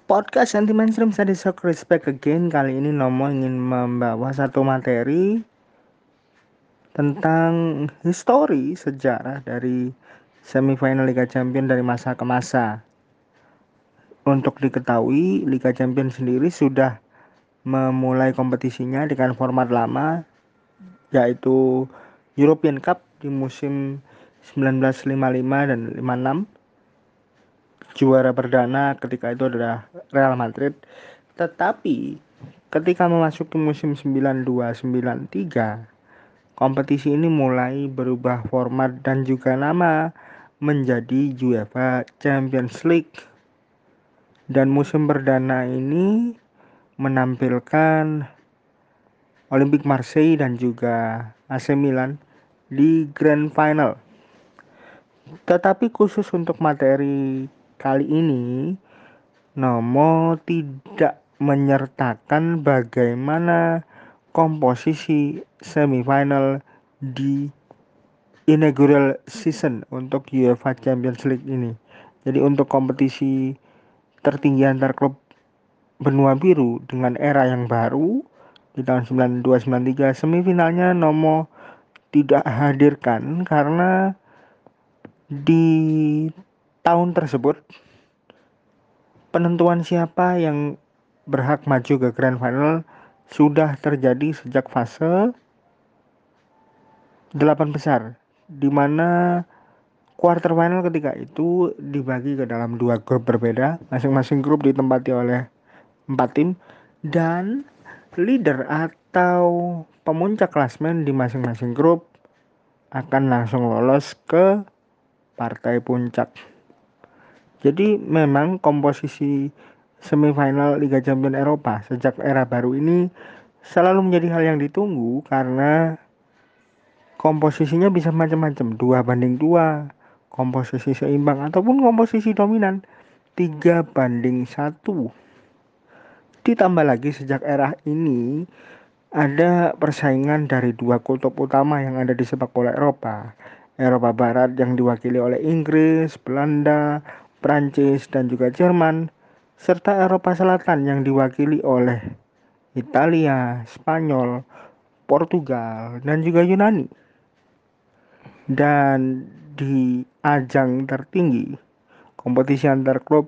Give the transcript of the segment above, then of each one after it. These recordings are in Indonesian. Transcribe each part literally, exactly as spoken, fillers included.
Podcast anti mainstream study shock respect again. Kali ini Nomo ingin membawa satu materi tentang histori sejarah dari semifinal Liga Champions dari masa ke masa. Untuk diketahui, Liga Champions sendiri sudah memulai kompetisinya dengan format lama, yaitu European Cup di musim sembilan belas lima puluh lima dan lima puluh enam. Juara perdana ketika itu adalah Real Madrid. Tetapi ketika memasuki musim sembilan puluh dua sembilan puluh tiga, kompetisi ini mulai berubah format dan juga nama menjadi UEFA Champions League. Dan musim perdana ini menampilkan Olympique Marseille dan juga A C Milan di Grand Final. Tetapi khusus untuk materi kali ini, Nomo tidak menyertakan bagaimana komposisi semifinal di inaugural season untuk UEFA Champions League ini. Jadi untuk kompetisi tertinggi antar klub benua biru dengan era yang baru di tahun sembilan puluh dua sembilan puluh tiga, semifinalnya Nomo tidak hadirkan karena di tahun tersebut penentuan siapa yang berhak maju ke Grand Final sudah terjadi sejak fase delapan besar, di mana quarter final ketika itu dibagi ke dalam dua grup berbeda, masing-masing grup ditempati oleh empat tim, dan leader atau pemuncak klasmen di masing-masing grup akan langsung lolos ke partai puncak. Jadi memang komposisi semifinal Liga Champions Eropa sejak era baru ini selalu menjadi hal yang ditunggu karena komposisinya bisa macam-macam, dua banding dua, komposisi seimbang ataupun komposisi dominan tiga banding satu. Ditambah lagi sejak era ini ada persaingan dari dua kutub utama yang ada di sepak bola Eropa. Eropa Barat yang diwakili oleh Inggris, Belanda, Prancis, dan juga Jerman, serta Eropa Selatan yang diwakili oleh Italia, Spanyol, Portugal, dan juga Yunani. Dan di ajang tertinggi, kompetisi antar klub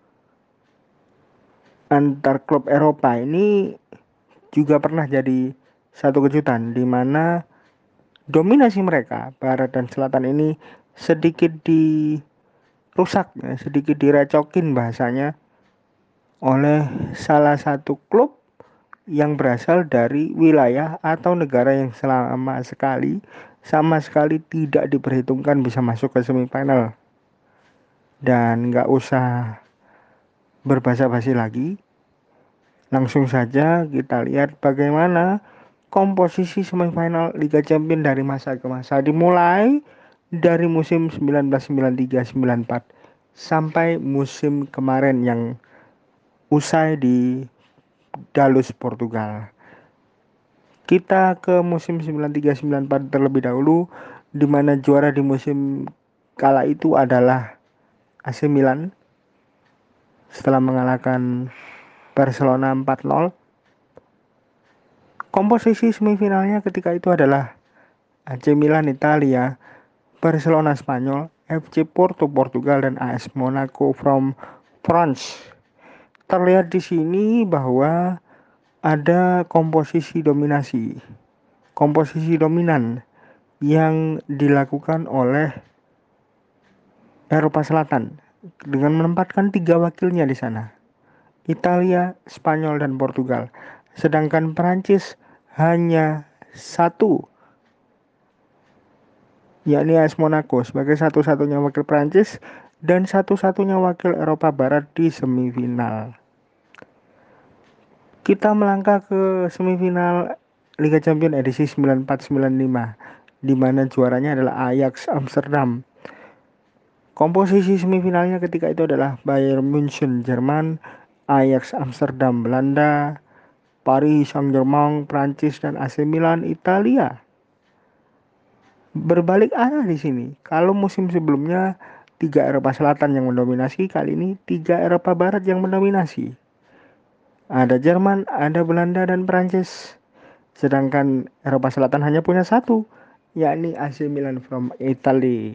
antar klub Eropa ini juga pernah jadi satu kejutan di mana dominasi mereka Barat dan Selatan ini sedikit dirusak, sedikit direcokin bahasanya oleh salah satu klub yang berasal dari wilayah atau negara yang selama sekali sama sekali tidak diperhitungkan bisa masuk ke semifinal. Dan nggak usah berbasa-basi lagi, langsung saja kita lihat bagaimana komposisi semifinal Liga Champions dari masa ke masa, dimulai dari musim sembilan belas sembilan puluh tiga sembilan puluh empat sampai musim kemarin yang usai di Dalus Portugal. Kita ke musim sembilan puluh tiga sembilan puluh empat terlebih dahulu, di mana juara di musim kala itu adalah A C Milan setelah mengalahkan Barcelona empat nol. Komposisi semifinalnya ketika itu adalah A C Milan Italia, Barcelona Spanyol, F C Porto Portugal, dan A S Monaco from France. Terlihat di sini bahwa ada komposisi dominasi, komposisi dominan yang dilakukan oleh Eropa Selatan dengan menempatkan tiga wakilnya di sana, Italia, Spanyol, dan Portugal. Sedangkan Perancis hanya satu, yakni A S Monaco sebagai satu-satunya wakil Prancis dan satu-satunya wakil Eropa Barat di semifinal. Kita melangkah ke semifinal Liga Champions edisi sembilan puluh empat sembilan puluh lima, di mana juaranya adalah Ajax Amsterdam. Komposisi semifinalnya ketika itu adalah Bayern München Jerman, Ajax Amsterdam Belanda, Paris Saint-Germain Prancis, dan A C Milan Italia. Berbalik arah di sini. Kalau musim sebelumnya tiga Eropa Selatan yang mendominasi, kali ini tiga Eropa Barat yang mendominasi. Ada Jerman, ada Belanda, dan Prancis. Sedangkan Eropa Selatan hanya punya satu, yakni A C Milan from Italy.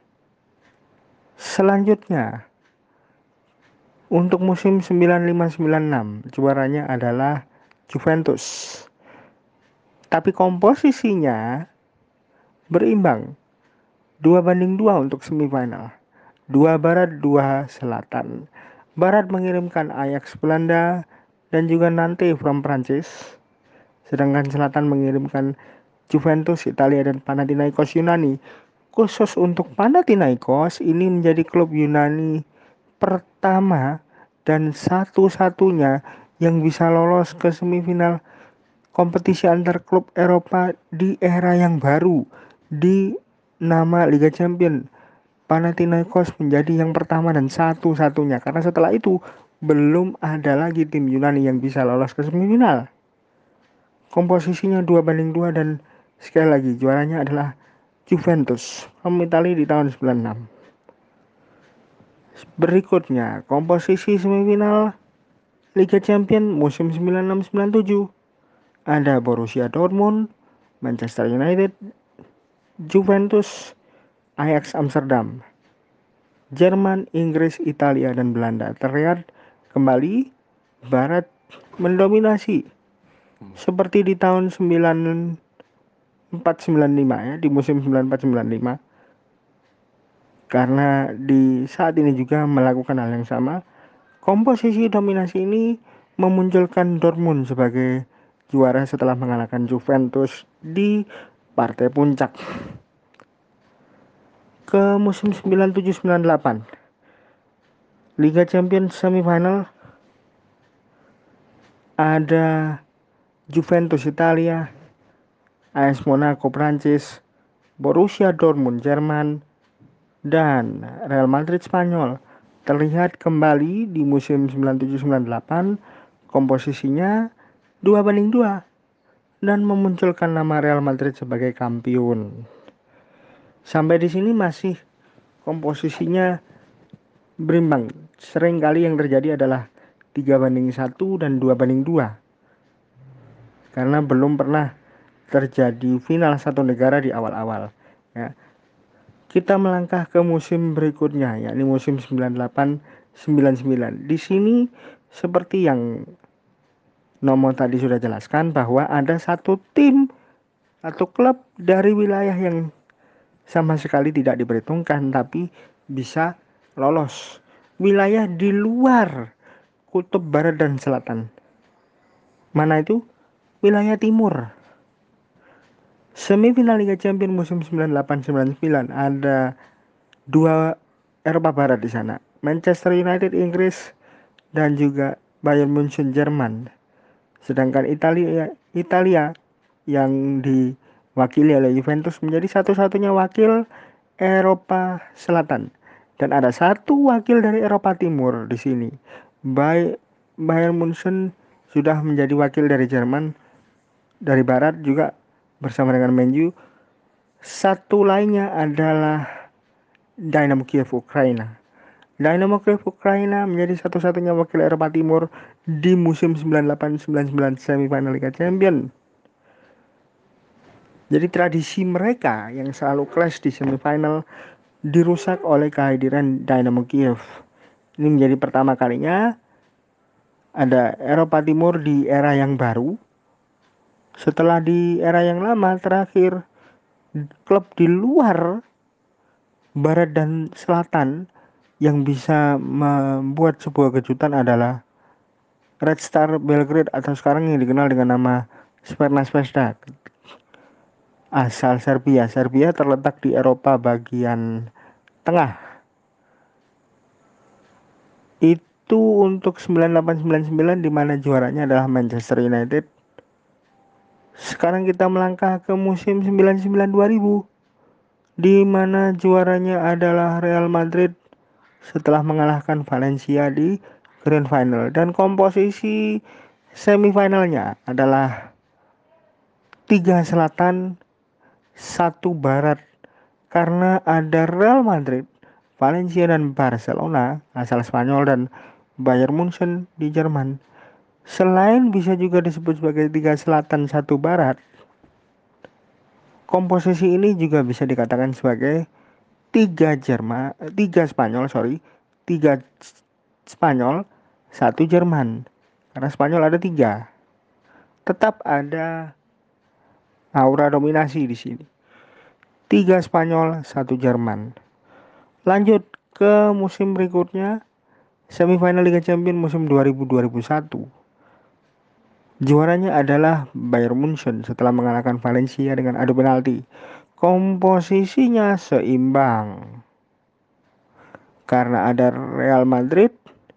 Selanjutnya, untuk musim sembilan lima sembilan enam, juaranya adalah Juventus. Tapi komposisinya berimbang, dua banding dua untuk semifinal. Dua Barat, dua Selatan. Barat mengirimkan Ajax Belanda dan juga Nantes from Prancis. Sedangkan Selatan mengirimkan Juventus Italia dan Panathinaikos Yunani. Khusus untuk Panathinaikos, ini menjadi klub Yunani pertama dan satu-satunya yang bisa lolos ke semifinal kompetisi antar klub Eropa di era yang baru, di nama Liga Champions. Panathinaikos menjadi yang pertama dan satu-satunya, karena setelah itu belum ada lagi tim Yunani yang bisa lolos ke semifinal. Komposisinya dua banding dua dan sekali lagi juaranya adalah Juventus from Italy di tahun sembilan enam. Berikutnya, komposisi semifinal Liga Champions musim sembilan enam sembilan tujuh. Ada Borussia Dortmund, Manchester United, Juventus, Ajax Amsterdam, Jerman, Inggris, Italia, dan Belanda. Terlihat kembali Barat mendominasi seperti di tahun sembilan empat sembilan lima ya, di musim sembilan empat sembilan lima. Karena di saat ini juga melakukan hal yang sama. Komposisi dominasi ini memunculkan Dortmund sebagai juara setelah mengalahkan Juventus di partai puncak. Ke musim sembilan tujuh sembilan delapan, Liga Champions semifinal, ada Juventus Italia, A S Monaco Prancis, Borussia Dortmund Jerman, dan Real Madrid Spanyol. Terlihat kembali di musim sembilan tujuh sembilan delapan, komposisinya dua banding dua dan memunculkan nama Real Madrid sebagai kampiun. Sampai di sini masih komposisinya berimbang. Sering kali yang terjadi adalah tiga banding satu dan dua banding dua. Karena belum pernah terjadi final satu negara di awal-awal. Ya. Kita melangkah ke musim berikutnya, yakni musim sembilan delapan sembilan sembilan. Di sini seperti yang Nomo tadi sudah jelaskan, bahwa ada satu tim atau klub dari wilayah yang sama sekali tidak diperhitungkan tapi bisa lolos. Wilayah di luar kutub barat dan selatan. Mana itu? Wilayah timur. Semifinal Liga Champions musim sembilan delapan sembilan sembilan ada dua Eropa Barat di sana. Manchester United Inggris dan juga Bayern Munchen Jerman. Sedangkan Italia Italia yang diwakili oleh Juventus menjadi satu-satunya wakil Eropa Selatan. Dan ada satu wakil dari Eropa Timur di sini. Bayern Munchen sudah menjadi wakil dari Jerman, dari Barat juga bersama dengan Man U. Satu lainnya adalah Dynamo Kiev Ukraina. Dynamo Kiev Ukraina menjadi satu-satunya wakil Eropa Timur di musim sembilan delapan sembilan sembilan semifinal Liga Champions. Jadi tradisi mereka yang selalu clash di semifinal dirusak oleh kehadiran Dynamo Kiev. Ini menjadi pertama kalinya ada Eropa Timur di era yang baru. Setelah di era yang lama terakhir, klub di luar Barat dan Selatan yang bisa membuat sebuah kejutan adalah Red Star Belgrade atau sekarang yang dikenal dengan nama Crvena Zvezda, asal Serbia. Serbia terletak di Eropa bagian tengah. Itu untuk sembilan delapan sembilan sembilan, di mana juaranya adalah Manchester United. Sekarang kita melangkah ke musim sembilan sembilan dua ribu, di mana juaranya adalah Real Madrid setelah mengalahkan Valencia di Grand Final. Dan komposisi semifinalnya adalah tiga Selatan, satu Barat, karena ada Real Madrid, Valencia dan Barcelona asal Spanyol dan Bayern Munchen di Jerman. Selain bisa juga disebut sebagai tiga selatan satu barat, komposisi ini juga bisa dikatakan sebagai tiga Jerman, tiga Spanyol, sorry, tiga Spanyol, satu Jerman. Karena Spanyol ada tiga. Tetap ada aura dominasi di sini. Tiga Spanyol, satu Jerman. Lanjut ke musim berikutnya, semifinal Liga Champions musim dua ribu dua puluh satu. Juaranya adalah Bayern Munchen setelah mengalahkan Valencia dengan adu penalti. Komposisinya seimbang karena ada Real Madrid,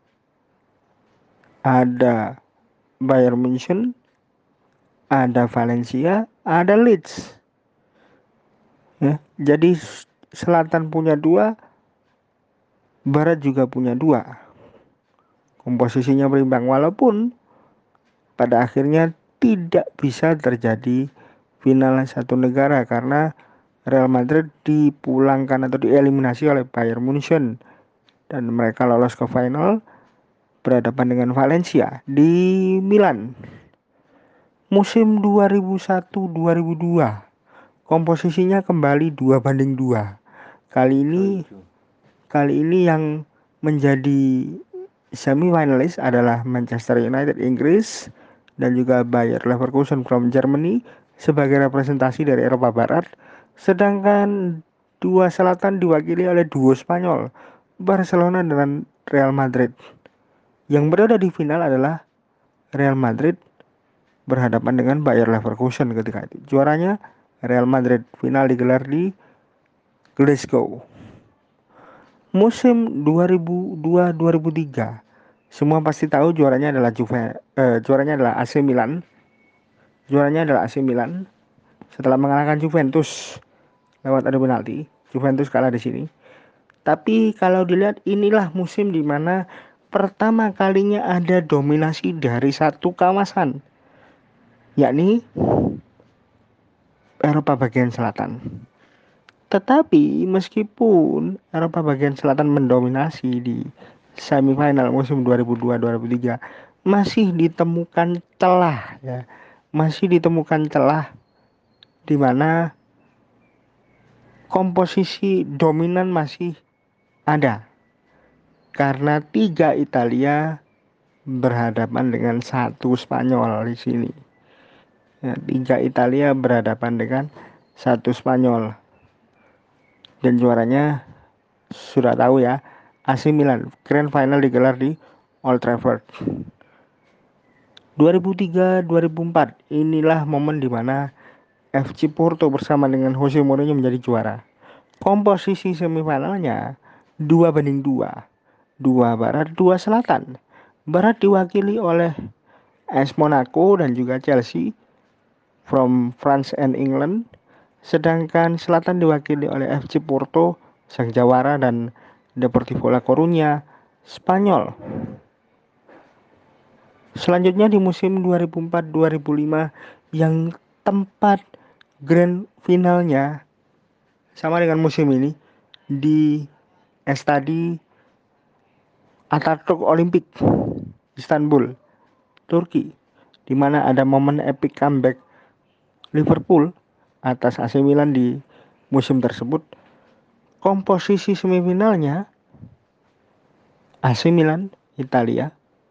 ada Bayern Munchen, ada Valencia, ada Leeds. Ya, jadi selatan punya dua, barat juga punya dua. Komposisinya berimbang walaupun pada akhirnya tidak bisa terjadi final satu negara karena Real Madrid dipulangkan atau dieliminasi oleh Bayern Munchen dan mereka lolos ke final berhadapan dengan Valencia di Milan. Musim dua ribu satu dua ribu dua komposisinya kembali dua banding dua. Kali ini kali ini yang menjadi semifinalis adalah Manchester United Inggris dan juga Bayer Leverkusen from Germany sebagai representasi dari Eropa Barat, sedangkan dua selatan diwakili oleh duo Spanyol, Barcelona dan Real Madrid. Yang berada di final adalah Real Madrid berhadapan dengan Bayer Leverkusen ketika itu. Juaranya Real Madrid, final digelar di Glasgow. Musim dua ribu dua dua ribu tiga, semua pasti tahu juaranya adalah Juve, eh, juaranya adalah A C Milan. Juaranya adalah A C Milan setelah mengalahkan Juventus lewat adu penalti. Juventus kalah di sini. Tapi kalau dilihat inilah musim di mana pertama kalinya ada dominasi dari satu kawasan, yakni Eropa bagian selatan. Tetapi meskipun Eropa bagian selatan mendominasi di semifinal musim dua ribu dua dua ribu tiga, masih ditemukan celah ya. Masih ditemukan celah di mana komposisi dominan masih ada. Karena tiga Italia berhadapan dengan satu Spanyol di sini. Ya, tiga Italia berhadapan dengan satu Spanyol. Dan juaranya sudah tahu ya, A C Milan. Grand Final digelar di Old Trafford. dua ribu tiga dua ribu empat inilah momen di mana F C Porto bersama dengan Jose Mourinho menjadi juara. Komposisi semifinalnya dua banding dua. Dua barat, dua selatan. Barat diwakili oleh A S Monaco dan juga Chelsea from France and England. Sedangkan selatan diwakili oleh F C Porto, sang jawara, dan Deportivo La Coruña, Spanyol. Selanjutnya di musim dua ribu empat dua ribu lima yang tempat grand finalnya sama dengan musim ini di Estadi Atatürk Olimpik, Istanbul, Turki, di mana ada momen epic comeback Liverpool atas A C Milan di musim tersebut. Komposisi semifinalnya A C Milan Italia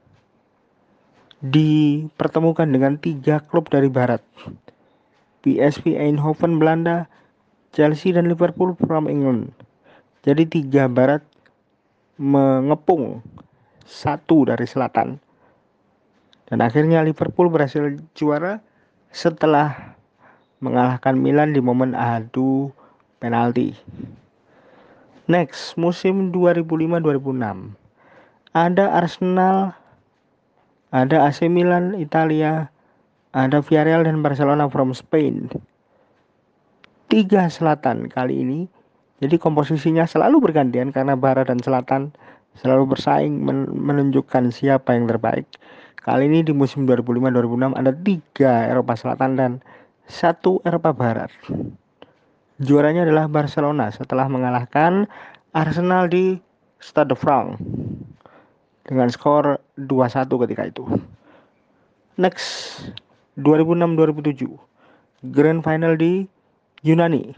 dipertemukan dengan tiga klub dari barat, P S V Eindhoven Belanda, Chelsea dan Liverpool from England. Jadi tiga barat mengepung satu dari selatan. Dan akhirnya Liverpool berhasil juara setelah mengalahkan Milan di momen adu penalti. Next, musim dua ribu lima dua ribu enam. Ada Arsenal, ada A C Milan Italia, ada Villarreal dan Barcelona from Spain. Tiga selatan kali ini. Jadi komposisinya selalu bergantian karena barat dan selatan selalu bersaing menunjukkan siapa yang terbaik. Kali ini di musim dua ribu lima dua ribu enam ada tiga Eropa Selatan dan satu Eropa Barat. Juaranya adalah Barcelona setelah mengalahkan Arsenal di Stade de France dengan skor dua satu ketika itu. Next, dua ribu enam dua ribu tujuh Grand Final di Yunani.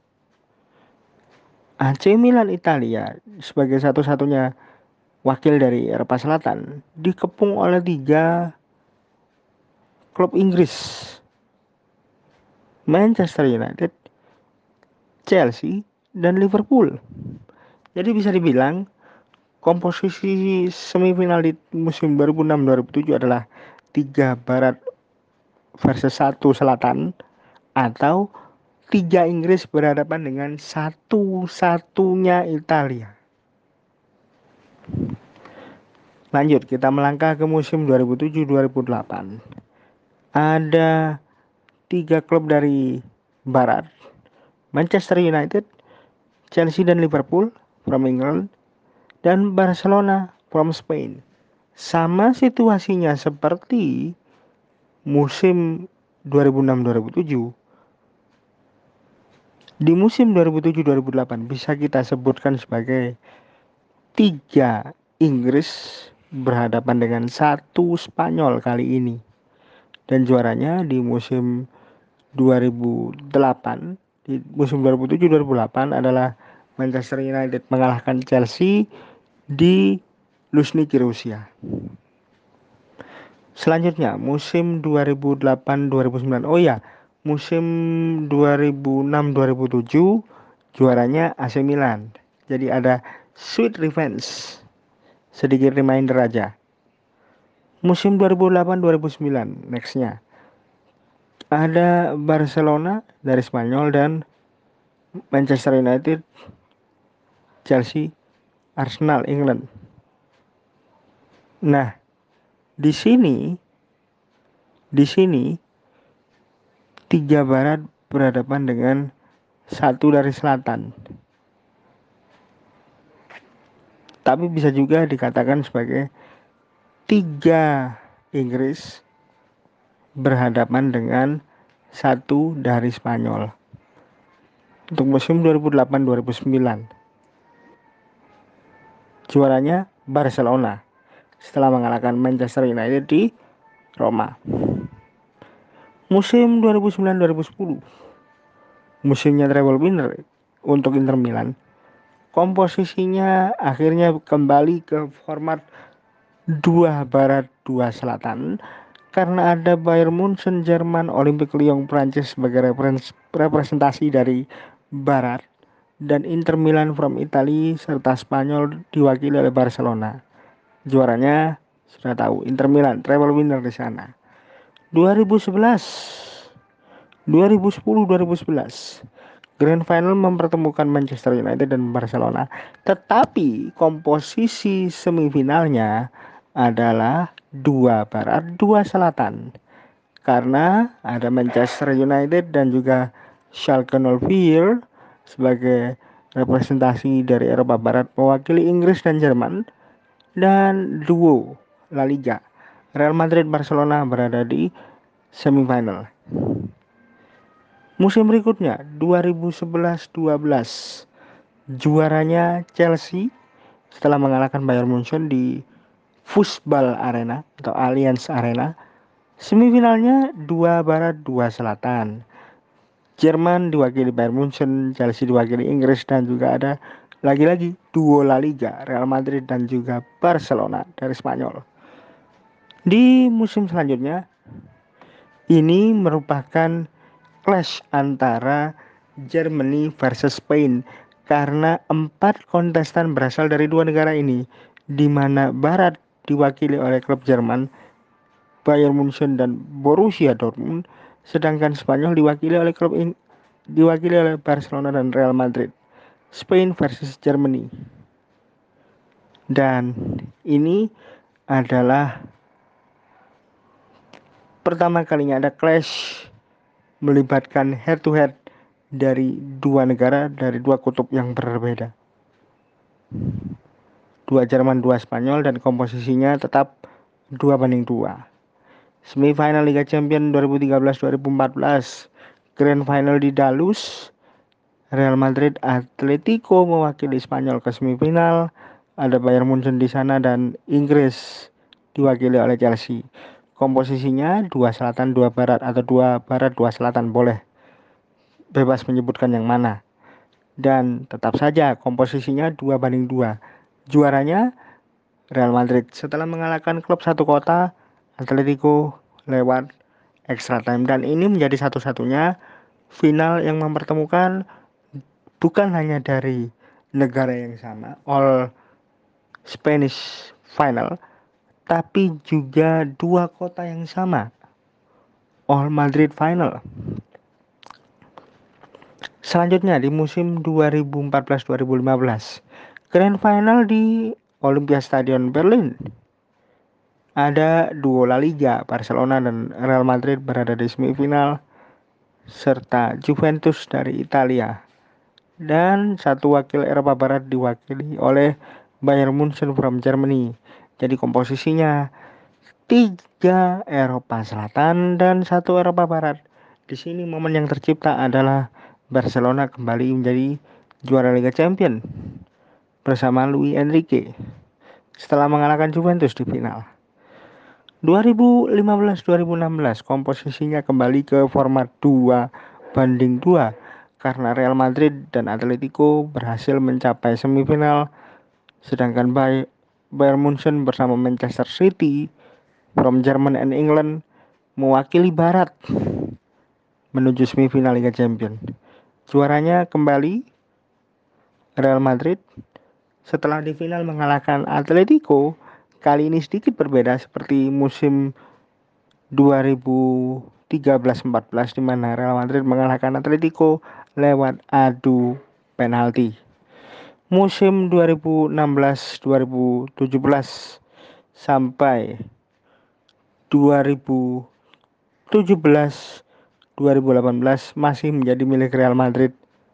A C Milan Italia sebagai satu-satunya wakil dari Eropa Selatan dikepung oleh tiga klub Inggris, Manchester United, Chelsea, dan Liverpool. Jadi bisa dibilang komposisi semifinal di musim dua ribu enam dua ribu tujuh adalah tiga barat versus satu selatan, atau tiga Inggris berhadapan dengan satu-satunya Italia. Lanjut, kita melangkah ke musim dua ribu tujuh dua ribu delapan. Ada tiga klub dari barat, Manchester United, Chelsea dan Liverpool from England, dan Barcelona from Spain. Sama situasinya seperti musim dua ribu enam dua ribu tujuh. Di musim dua ribu tujuh dua ribu delapan bisa kita sebutkan sebagai tiga Inggris berhadapan dengan satu Spanyol kali ini. Dan juaranya di musim dua ribu delapan, di musim dua ribu tujuh dua ribu delapan adalah Manchester United mengalahkan Chelsea di Luzhniki, Rusia. Selanjutnya musim dua ribu delapan dua ribu sembilan. Oh ya, musim dua ribu enam dua ribu tujuh juaranya A C Milan. Jadi ada sweet revenge. Sedikit reminder aja. Musim dua ribu delapan dua ribu sembilan nextnya ada Barcelona dari Spanyol dan Manchester United, Chelsea, Arsenal England. Nah, di sini di sini tiga barat berhadapan dengan satu dari selatan. Tapi bisa juga dikatakan sebagai tiga Inggris berhadapan dengan satu dari Spanyol. Untuk musim dua ribu delapan dua ribu sembilan, juaranya Barcelona setelah mengalahkan Manchester United di Roma. Musim dua ribu sembilan dua ribu sepuluh, musimnya treble winner untuk Inter Milan. Komposisinya akhirnya kembali ke format dua barat dua selatan karena ada Bayern Munchen Jerman, Olympique Lyon Prancis sebagai representasi dari barat, dan Inter Milan from Italy serta Spanyol diwakili oleh Barcelona. Juaranya sudah tahu, Inter Milan treble winner di sana. dua ribu sebelas, dua ribu sepuluh, dua ribu sebelas Grand Final mempertemukan Manchester United dan Barcelona, tetapi komposisi semifinalnya adalah dua barat, dua selatan. Karena ada Manchester United dan juga Schalke nol vier sebagai representasi dari Eropa Barat mewakili Inggris dan Jerman, dan duo La Liga Real Madrid Barcelona berada di semifinal. Musim berikutnya dua ribu sebelas dua belas juaranya Chelsea setelah mengalahkan Bayern Munchen di Fußball Arena atau Allianz Arena. Semifinalnya dua barat dua selatan. Jerman diwakili Bayern Munchen, Chelsea diwakili Inggris, dan juga ada lagi-lagi duo La Liga Real Madrid dan juga Barcelona dari Spanyol. Di musim selanjutnya ini merupakan clash antara Germany versus Spain karena empat kontestan berasal dari dua negara ini, di mana barat diwakili oleh klub Jerman, Bayern Munchen dan Borussia Dortmund, sedangkan Spanyol diwakili oleh klub in, diwakili oleh Barcelona dan Real Madrid. Spain versus Germany. Dan ini adalah pertama kalinya ada clash melibatkan head to head dari dua negara, dari dua kutub yang berbeda. Dua Jerman, dua Spanyol, dan komposisinya tetap dua banding dua. Semifinal Liga Champions dua ribu tiga belas dua ribu empat belas, Grand Final di Dallas, Real Madrid, Atletico mewakili Spanyol ke semifinal. Ada Bayern Munchen di sana dan Inggris diwakili oleh Chelsea. Komposisinya dua selatan, dua barat atau dua barat, dua selatan, boleh bebas menyebutkan yang mana. Dan tetap saja komposisinya dua banding dua. Juaranya Real Madrid setelah mengalahkan klub satu kota Atletico lewat extra time, dan ini menjadi satu-satunya final yang mempertemukan bukan hanya dari negara yang sama, all Spanish final, tapi juga dua kota yang sama, all Madrid final. Selanjutnya di musim dua ribu empat belas dua ribu lima belas, Grand Final di Olympiastadion Berlin. Ada duo La Liga, Barcelona dan Real Madrid berada di semifinal, serta Juventus dari Italia. Dan satu wakil Eropa Barat diwakili oleh Bayern Munchen from Germany. Jadi komposisinya tiga Eropa Selatan dan satu Eropa Barat. Di sini momen yang tercipta adalah Barcelona kembali menjadi juara Liga Champions bersama Luis Enrique setelah mengalahkan Juventus di final. dua ribu lima belas dua ribu enam belas komposisinya kembali ke format dua banding dua karena Real Madrid dan Atletico berhasil mencapai semifinal, sedangkan Bayern Munchen bersama Manchester City from Germany and England mewakili Barat menuju semifinal Liga Champions. Juaranya kembali Real Madrid setelah di final mengalahkan Atletico. Kali ini sedikit berbeda seperti musim dua ribu tiga belas empat belas di mana Real Madrid mengalahkan Atletico lewat adu penalti. Musim dua ribu enam belas dua ribu tujuh belas sampai dua ribu tujuh belas dua ribu delapan belas masih menjadi milik Real Madrid.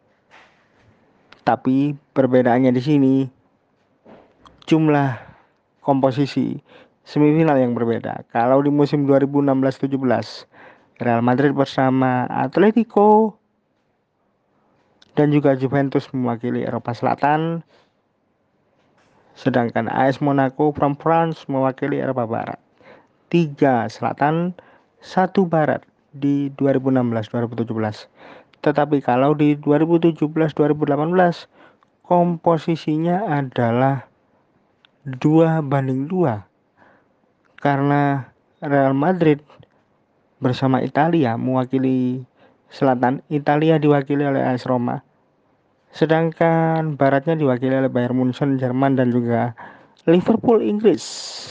Tapi perbedaannya di sini jumlah komposisi semifinal yang berbeda. Kalau di musim dua ribu enam belas tujuh belas Real Madrid bersama Atletico dan juga Juventus mewakili Eropa Selatan, sedangkan A S Monaco from France mewakili Eropa Barat. Tiga selatan, satu barat di dua ribu enam belas dua ribu tujuh belas. Tetapi kalau di dua ribu tujuh belas dua ribu delapan belas komposisinya adalah dua banding dua karena Real Madrid bersama Italia mewakili selatan, Italia diwakili oleh A S Roma, sedangkan baratnya diwakili oleh Bayern Munchen Jerman dan juga Liverpool Inggris,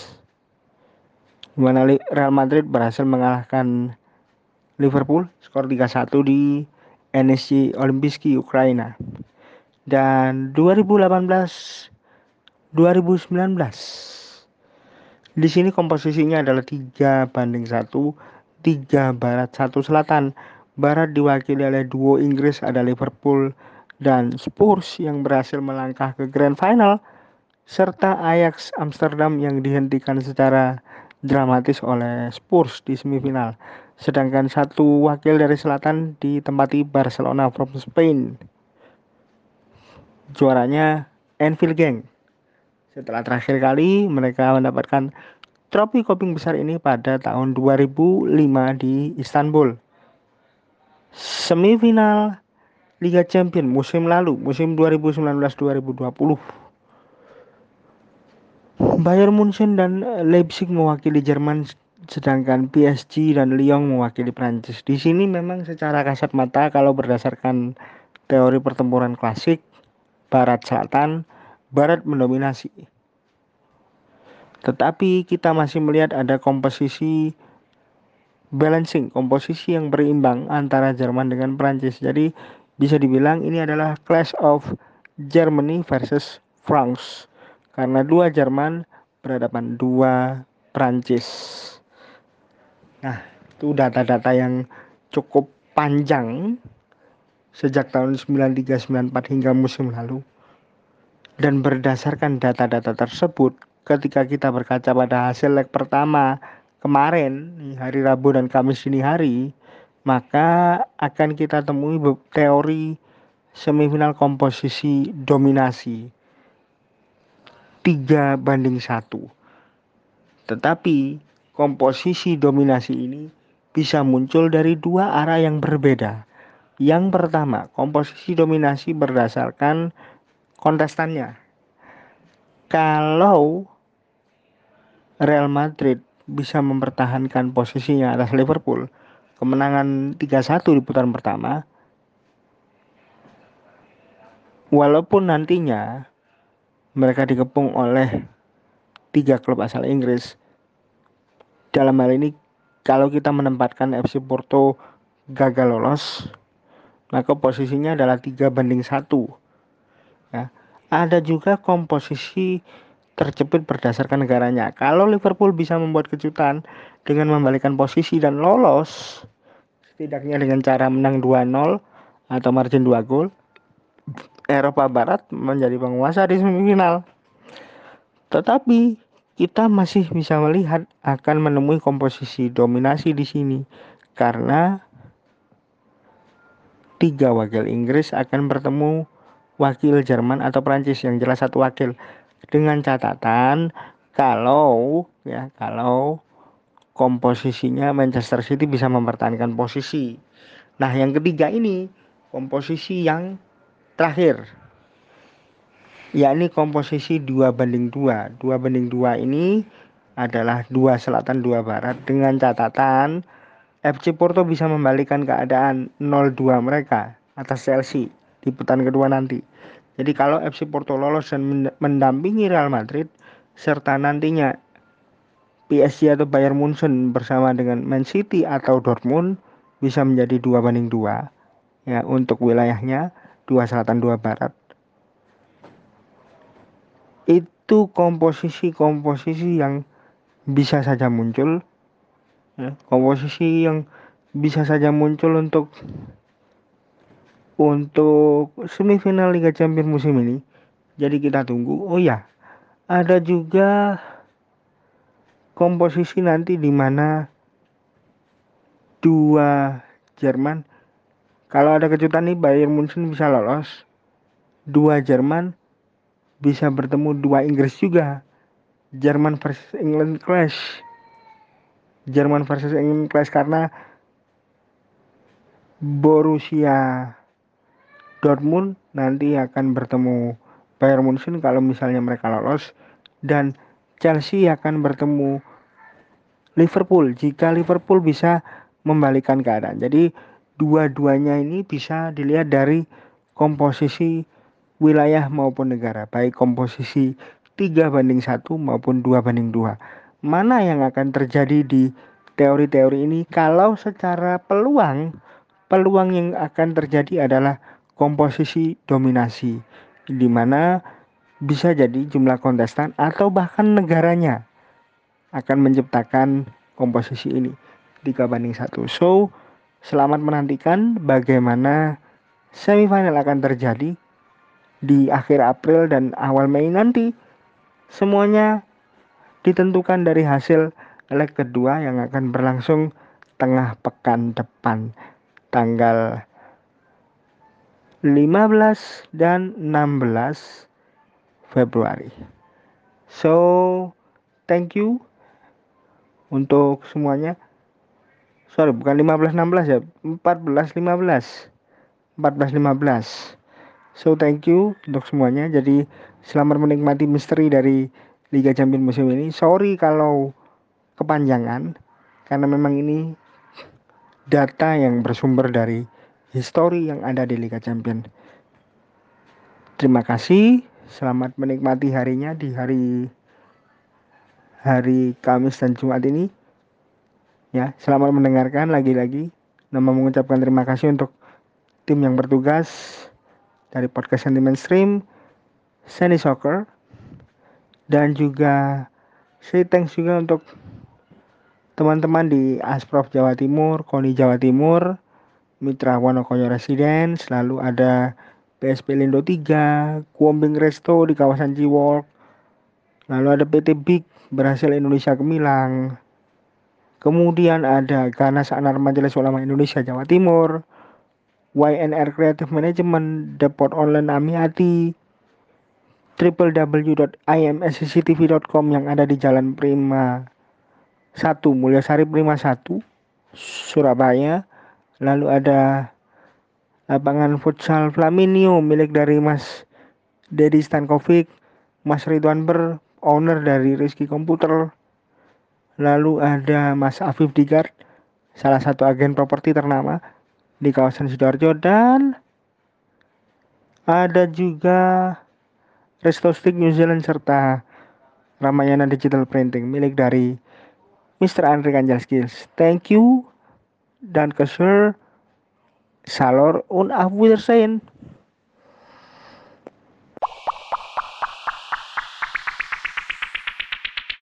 di mana Real Madrid berhasil mengalahkan Liverpool skor tiga satu di N S C Olimpijski Ukraina. Dan dua ribu delapan belas dua ribu sembilan belas di sini komposisinya adalah tiga banding satu, tiga barat satu selatan. Barat diwakili oleh duo Inggris, ada Liverpool dan Spurs yang berhasil melangkah ke Grand Final, serta Ajax Amsterdam yang dihentikan secara dramatis oleh Spurs di semifinal. Sedangkan satu wakil dari selatan ditempati Barcelona from Spain. Juaranya Anfield Gang. Setelah terakhir kali mereka mendapatkan trofi koping besar ini pada tahun dua ribu lima di Istanbul. Semifinal Liga Champions musim lalu, musim dua ribu sembilan belas dua ribu dua puluh. Bayern Munchen dan Leipzig mewakili Jerman, sedangkan P S G dan Lyon mewakili Prancis. Di sini memang secara kasat mata kalau berdasarkan teori pertempuran klasik, barat selatan, barat mendominasi. Tetapi kita masih melihat ada komposisi balancing, komposisi yang berimbang antara Jerman dengan Prancis. Jadi bisa dibilang ini adalah clash of Germany versus France, karena dua Jerman berhadapan dua Prancis. Nah, itu data-data yang cukup panjang sejak tahun sembilan tiga sembilan empat hingga musim lalu. Dan berdasarkan data-data tersebut, ketika kita berkaca pada hasil leg pertama kemarin, hari Rabu dan Kamis dini hari, maka akan kita temui teori semifinal komposisi dominasi tiga banding satu. Tetapi komposisi dominasi ini bisa muncul dari dua arah yang berbeda. Yang pertama, komposisi dominasi berdasarkan kontestannya. Kalau Real Madrid bisa mempertahankan posisinya atas Liverpool, kemenangan tiga satu di putaran pertama, walaupun nantinya mereka dikepung oleh tiga klub asal Inggris, dalam hal ini kalau kita menempatkan F C Porto gagal lolos, maka posisinya adalah tiga banding satu. Ya. Ada juga komposisi terjepit berdasarkan negaranya. Kalau Liverpool bisa membuat kejutan dengan membalikkan posisi dan lolos, setidaknya dengan cara menang dua nol atau margin dua gol, Eropa Barat menjadi penguasa di semifinal. Tetapi kita masih bisa melihat akan menemui komposisi dominasi di sini karena tiga wakil Inggris akan bertemu wakil Jerman atau Prancis, yang jelas satu wakil, dengan catatan kalau ya kalau komposisinya Manchester City bisa mempertahankan posisi. Nah, yang ketiga ini komposisi yang terakhir, yakni komposisi dua banding dua. dua banding dua ini adalah dua selatan dua barat, dengan catatan F C Porto bisa membalikan keadaan nol dua mereka atas Chelsea di putaran kedua nanti. Jadi kalau F C Porto lolos dan mendampingi Real Madrid, serta nantinya P S G atau Bayern Munchen bersama dengan Man City atau Dortmund bisa menjadi dua banding dua ya untuk wilayahnya, dua selatan dua barat. Itu komposisi-komposisi yang bisa saja muncul ya, komposisi yang bisa saja muncul untuk untuk semifinal Liga Champions musim ini. Jadi kita tunggu. Oh ya, ada juga komposisi nanti di mana dua Jerman, kalau ada kejutan nih Bayern Munchen bisa lolos, dua Jerman bisa bertemu dua Inggris juga. Jerman versus England clash. Jerman versus England clash karena Borussia Dortmund nanti akan bertemu Bayern Munchen kalau misalnya mereka lolos, dan Chelsea akan bertemu Liverpool jika Liverpool bisa membalikan keadaan. Jadi dua-duanya ini bisa dilihat dari komposisi wilayah maupun negara, baik komposisi tiga banding satu maupun dua banding dua. Mana yang akan terjadi di teori-teori ini? Kalau secara peluang, peluang yang akan terjadi adalah komposisi dominasi, di mana bisa jadi jumlah kontestan atau bahkan negaranya akan menciptakan komposisi ini tiga banding satu. So, selamat menantikan bagaimana semifinal akan terjadi di akhir April dan awal Mei nanti. Semuanya ditentukan dari hasil leg kedua yang akan berlangsung tengah pekan depan, tanggal lima belas dan enam belas Februari. So, thank you untuk semuanya. Sorry, bukan lima belas enam belas ya, empat belas lima belas. empat belas lima belas. So, thank you untuk semuanya. Jadi, selamat menikmati misteri dari Liga Champions musim ini. Sorry kalau kepanjangan, karena memang ini data yang bersumber dari histori yang ada di Liga Champions. Terima kasih. Selamat menikmati harinya di hari hari Kamis dan Jumat ini. Ya, selamat mendengarkan lagi-lagi. Nama mengucapkan terima kasih untuk tim yang bertugas dari podcast Sentiment Stream, Sandy Soccer, dan juga say thanks juga untuk teman-teman di Asprof Jawa Timur, Koni Jawa Timur, Mitra Wonokoyo Residence, lalu ada P S P Lindo tiga, Kuombing Resto di kawasan Ciwok, lalu ada P T Big Berhasil Indonesia Gemilang, kemudian ada Ganas Anar Majelis Ulama Indonesia Jawa Timur, Y N R Creative Management, Depot Online Amiati, w w w dot i m s c c t v dot com yang ada di Jalan Prima satu, Mulyasari Prima satu, Surabaya. Lalu ada lapangan futsal Flaminio milik dari Mas Dedi Stankovic, Mas Ridwan Ber, owner dari Rizky Komputer. Lalu ada Mas Afif Digard, salah satu agen properti ternama di kawasan Sidoarjo. Dan ada juga Resto Stick New Zealand serta Ramayana Digital Printing milik dari mister Andri Kanjal Skills. Thank you dan keser Salor und auf Wiedersehen.